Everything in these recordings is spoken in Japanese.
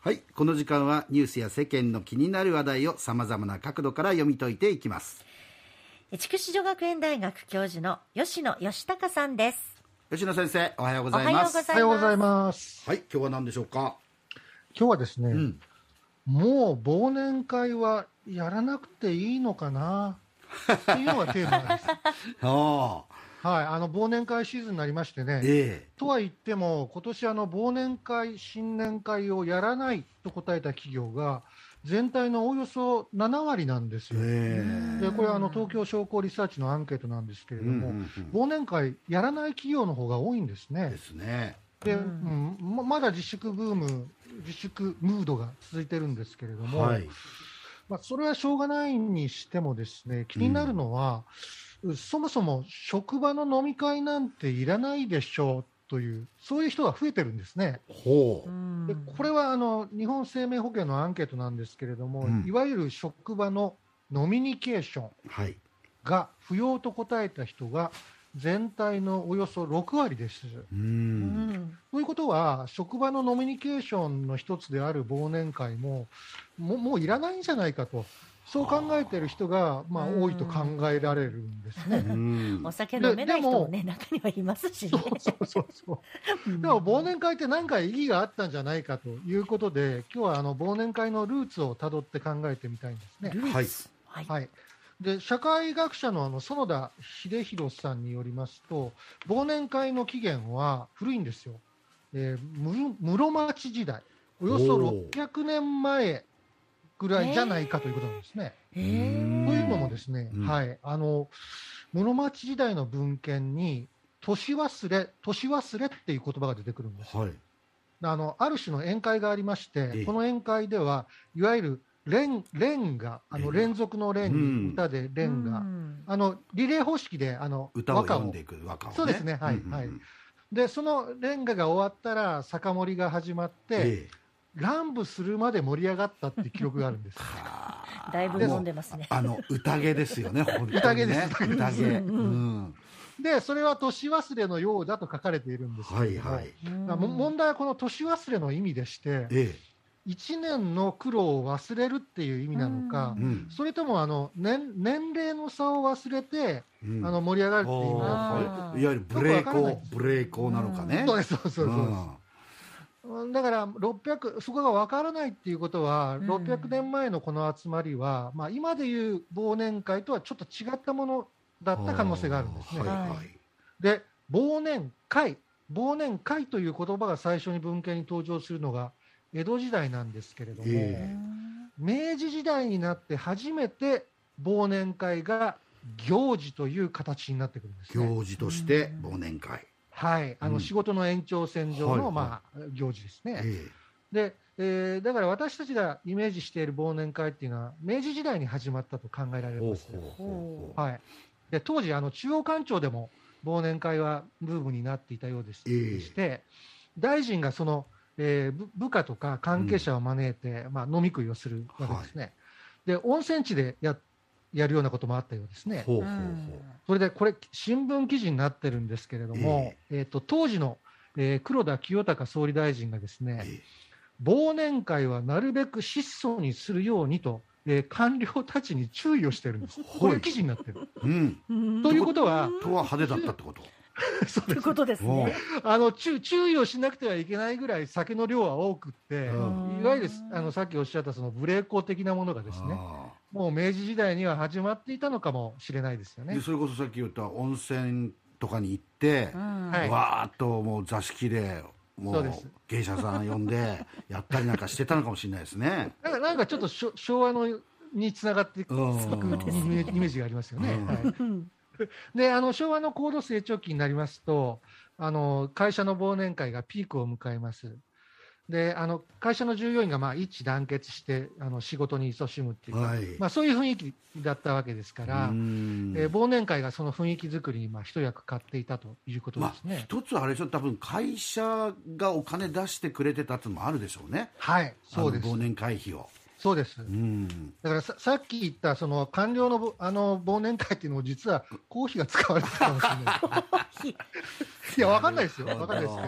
はい、この時間はニュースや世間の気になる話題をさまざまな角度から読み解いていきます。 筑紫女学園大学教授の吉野義孝さんです。 吉野先生、おはようございます。 おはようございます。 はい、今日は何でしょうか。 今日はですね、もう忘年会はやらなくていいのかなっていうのがテーマです。はい、忘年会シーズンになりましてね、とは言っても今年忘年会新年会をやらないと答えた企業が全体のおよそ7割なんですよ。でこれは東京商工リサーチのアンケートなんですけれども、忘年会やらない企業の方が多いんですね。で、まだ自粛ムードが続いてるんですけれども、それはしょうがないにしてもですね、気になるのは、そもそも職場の飲み会なんていらないでしょうという、そういう人が増えてるんですね。でこれは日本生命保険のアンケートなんですけれども、いわゆる職場のノミニケーションが不要と答えた人が全体のおよそ6割です。ということは、職場のノミニケーションの一つである忘年会もういらないんじゃないかと、そう考えている人が、多いと考えられるんですね。 お酒飲めない人もね、中にはいますしね。 でも忘年会って何か意義があったんじゃないかということで、今日は忘年会のルーツをたどって考えてみたいんですね。で社会学者の園田秀弘さんによりますと、忘年会の起源は古いんですよ。室町時代、およそ600年前ぐらいじゃないかということなんですね。というのもですね、室町時代の文献に年忘れっていう言葉が出てくるんです。ある種の宴会がありまして、この宴会ではいわゆる連歌、連続の連に歌で連歌、リレー方式で歌を読んでいく和歌をね。 そうですね、でその連歌が終わったら酒盛りが始まって、乱舞するまで盛り上がったっていう記録があるんです。 だいぶ飲んでますね。 宴です、宴。でそれは年忘れのようだと書かれているんですけれども、問題はこの年忘れの意味でして、1年の苦労を忘れるっていう意味なのか、それとも年齢の差を忘れて盛り上がるっていう意味なのか、 いわゆるブレーコーなのかね。 だからそこが分からないっていうことは、600年前のこの集まりは、今でいう忘年会とはちょっと違ったものだった可能性があるんですね。で忘年会という言葉が最初に文献に登場するのが江戸時代なんですけれども、明治時代になって初めて忘年会が行事という形になってくるんですね。 行事として忘年会、 仕事の延長線上の、行事ですね。でだから私たちがイメージしている忘年会っていうのは明治時代に始まったと考えられます。で当時中央官庁でも忘年会はブームになっていたようでして、大臣がその部下とか関係者を招いて、飲み食いをするわけですね。で温泉地でやるようなこともあったようですね。それでこれ新聞記事になってるんですけれども、当時の、黒田清隆総理大臣がですね、忘年会はなるべく質素にするようにと、官僚たちに注意をしてるんです。こういう記事になってる。ということは派手だったってこと。 そういうことですね。 注意をしなくてはいけないぐらい酒の量は多くって、いわゆるさっきおっしゃったその無礼講的なものがですね、もう明治時代には始まっていたのかもしれないですよね。 それこそさっき言った温泉とかに行って、わーっともう座敷でもう芸者さん呼んでやったりなんかしてたのかもしれないですね。 なんかちょっと昭和につながっていくイメージがありますよね。で昭和の高度成長期になりますと会社の忘年会がピークを迎えます。で会社の従業員が一致団結して仕事に勤しむっていうか、そういう雰囲気だったわけですから、忘年会がその雰囲気作りに一役買っていたということですね。 一つあれでしょ、多分会社がお金出してくれてたっていうのもあるでしょうね。 そうです。 忘年会費を。 そうです。だからさっき言ったその官僚の忘年会っていうのも実は公費が使われてたかもしれない。いや分かんないですよ、分かんないですけど。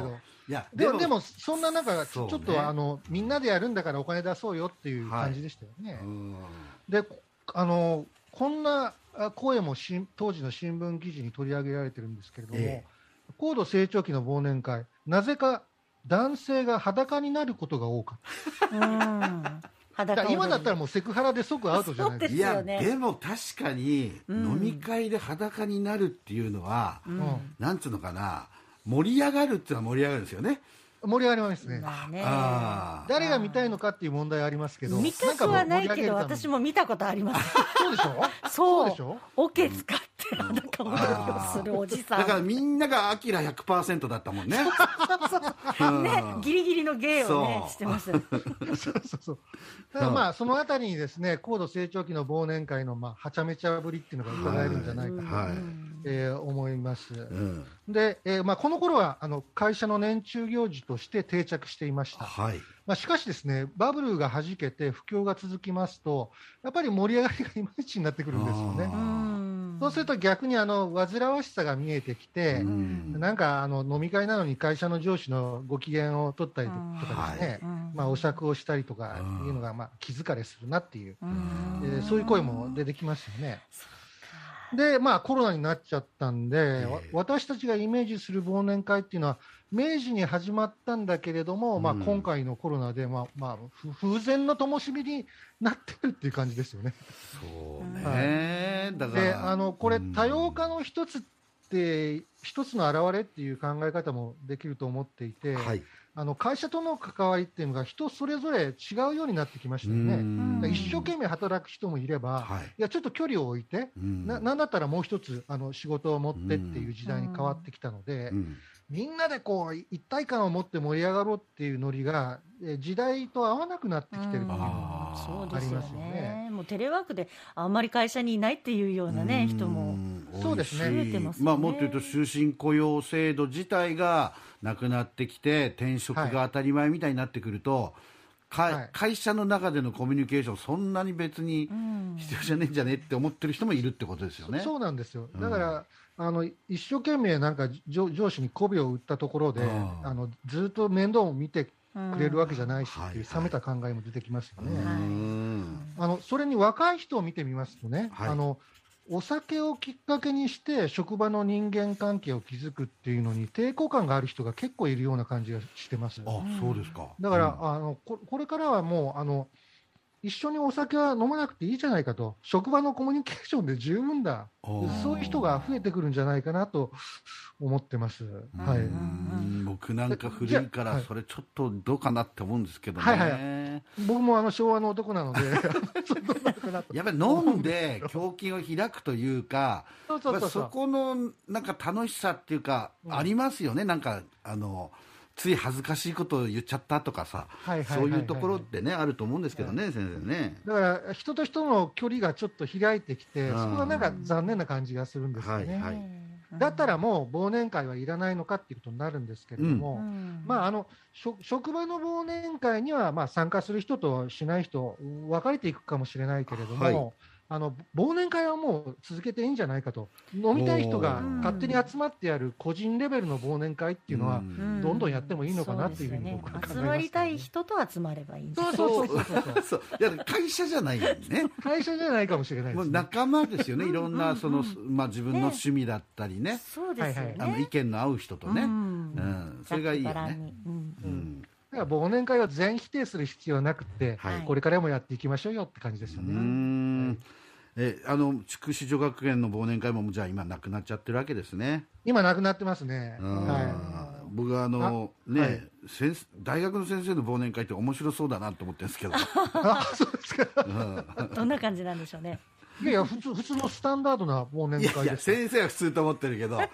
いやでもそんな中ちょっとみんなでやるんだからお金出そうよっていう感じでしたよね。でこんな声も当時の新聞記事に取り上げられてるんですけれども、高度成長期の忘年会、なぜか男性が裸になることが多かった。今だったらもうセクハラで即アウトじゃないですか。 いやでも確かに飲み会で裸になるっていうのは、なんつうのかな、盛り上がるっていうのは盛り上がるんですよね。 盛り上がりますね。誰が見たいのかっていう問題ありますけど、 見たくはないけど私も見たことあります。 そうでしょ。 そうでしょ。オケ使って裸踊りをするおじさん。 だからみんながアキラ 100% だったもんね。 ね、ギリギリの芸をねしてました。 そうだからまあそのあたりにですね、高度成長期の忘年会のはちゃめちゃぶりっていうのが伺えるんじゃないかと思います。で、この頃は会社の年中行事として定着していました。しかしですね、バブルがはじけて不況が続きますと、やっぱり盛り上がりがいまいちになってくるんですよね。そうすると逆に煩わしさが見えてきて、なんか飲み会なのに会社の上司のご機嫌を取ったりとかですね、お酌をしたりとかいうのが気疲れするなっていう、そういう声も出てきますよね。でコロナになっちゃったんで、私たちがイメージする忘年会っていうのは明治に始まったんだけれども、今回のコロナで風前の灯火になってるっていう感じですよね。 そうね、だからでこれ多様化の一つって一つの表れっていう考え方もできると思っていて、会社との関わりっていうのが人それぞれ違うようになってきましたよね。一生懸命働く人もいれば、いやちょっと距離を置いて、なんだったらもう一つ仕事を持ってっていう時代に変わってきたので、みんなで一体感を持って盛り上がろうっていうノリが時代と合わなくなってきてるっていうのがありますよね。 もうテレワークであんまり会社にいないっていうようなね人もそうですね。 増えてますね。 もっと言うと終身雇用制度自体がなくなってきて転職が当たり前みたいになってくると、会社の中でのコミュニケーションそんなに別に必要じゃねえんじゃねって思ってる人もいるってことですよね。 そうなんですよ。だから一生懸命なんか上司に媚びを売ったところでずっと面倒を見てくれるわけじゃないしっていう冷めた考えも出てきますよね。それに若い人を見てみますとね、お酒をきっかけにして職場の人間関係を築くっていうのに抵抗感がある人が結構いるような感じがしてます。 そうですか。 だから、これからはもう一緒にお酒は飲まなくていいじゃないかと、職場のコミュニケーションで十分だ、そういう人が増えてくるんじゃないかなと思ってます。 僕なんか古いからそれちょっとどうかなって思うんですけどね。 僕も昭和の男なのでやっぱり飲んで胸筋を開くというか、そこのなんか楽しさっていうかありますよね。なんかつい恥ずかしいことを言っちゃったとかさ、そういうところってねあると思うんですけどね、先生ね。 だから人と人の距離がちょっと開いてきて、そこがなんか残念な感じがするんですよね。だったらもう忘年会はいらないのかっていうことになるんですけれども、職場の忘年会には参加する人としない人分かれていくかもしれないけれども、忘年会はもう続けていいんじゃないかと。飲みたい人が勝手に集まってやる個人レベルの忘年会っていうのはどんどんやってもいいのかなっていうふうに僕は考えます、 集まりたい人と集まればいいんです。 そういや会社じゃないよね。 会社じゃないかもしれないですね。 仲間ですよね。いろんな自分の趣味だったりね。 そうですよね。 意見の合う人とね。それがいいよね。 だから忘年会は全否定する必要はなくて、これからもやっていきましょうよって感じですよね。 筑紫女学園の忘年会もじゃあ今なくなっちゃってるわけですね。 今なくなってますね。 僕は大学の先生の忘年会って面白そうだなと思ってるんですけど。 そうですか。 どんな感じなんでしょうね。 いや普通のスタンダードな忘年会です。 先生は普通と思ってるけど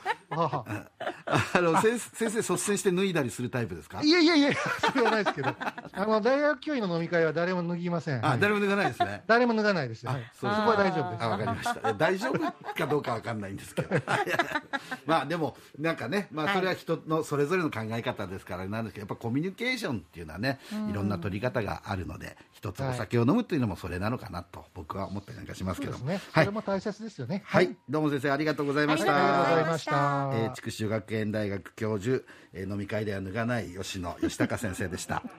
先生率先して脱いだりするタイプですか？ いやそれはないですけど大学教員の飲み会は誰も脱ぎません。 誰も脱がないですね。 誰も脱がないです。そこは大丈夫です。 わかりました。大丈夫かどうかわかんないんですけどでもなんかね、それは人のそれぞれの考え方ですからなんですけど、やっぱコミュニケーションっていうのはねいろんな取り方があるので、一つお酒を飲むっていうのもそれなのかなと僕は思ったりなんかしますけど。 それも大切ですよね。 どうも先生ありがとうございました。 ありがとうございました。 筑紫女学園園大学教授、飲み会では脱がない吉野義孝先生でした。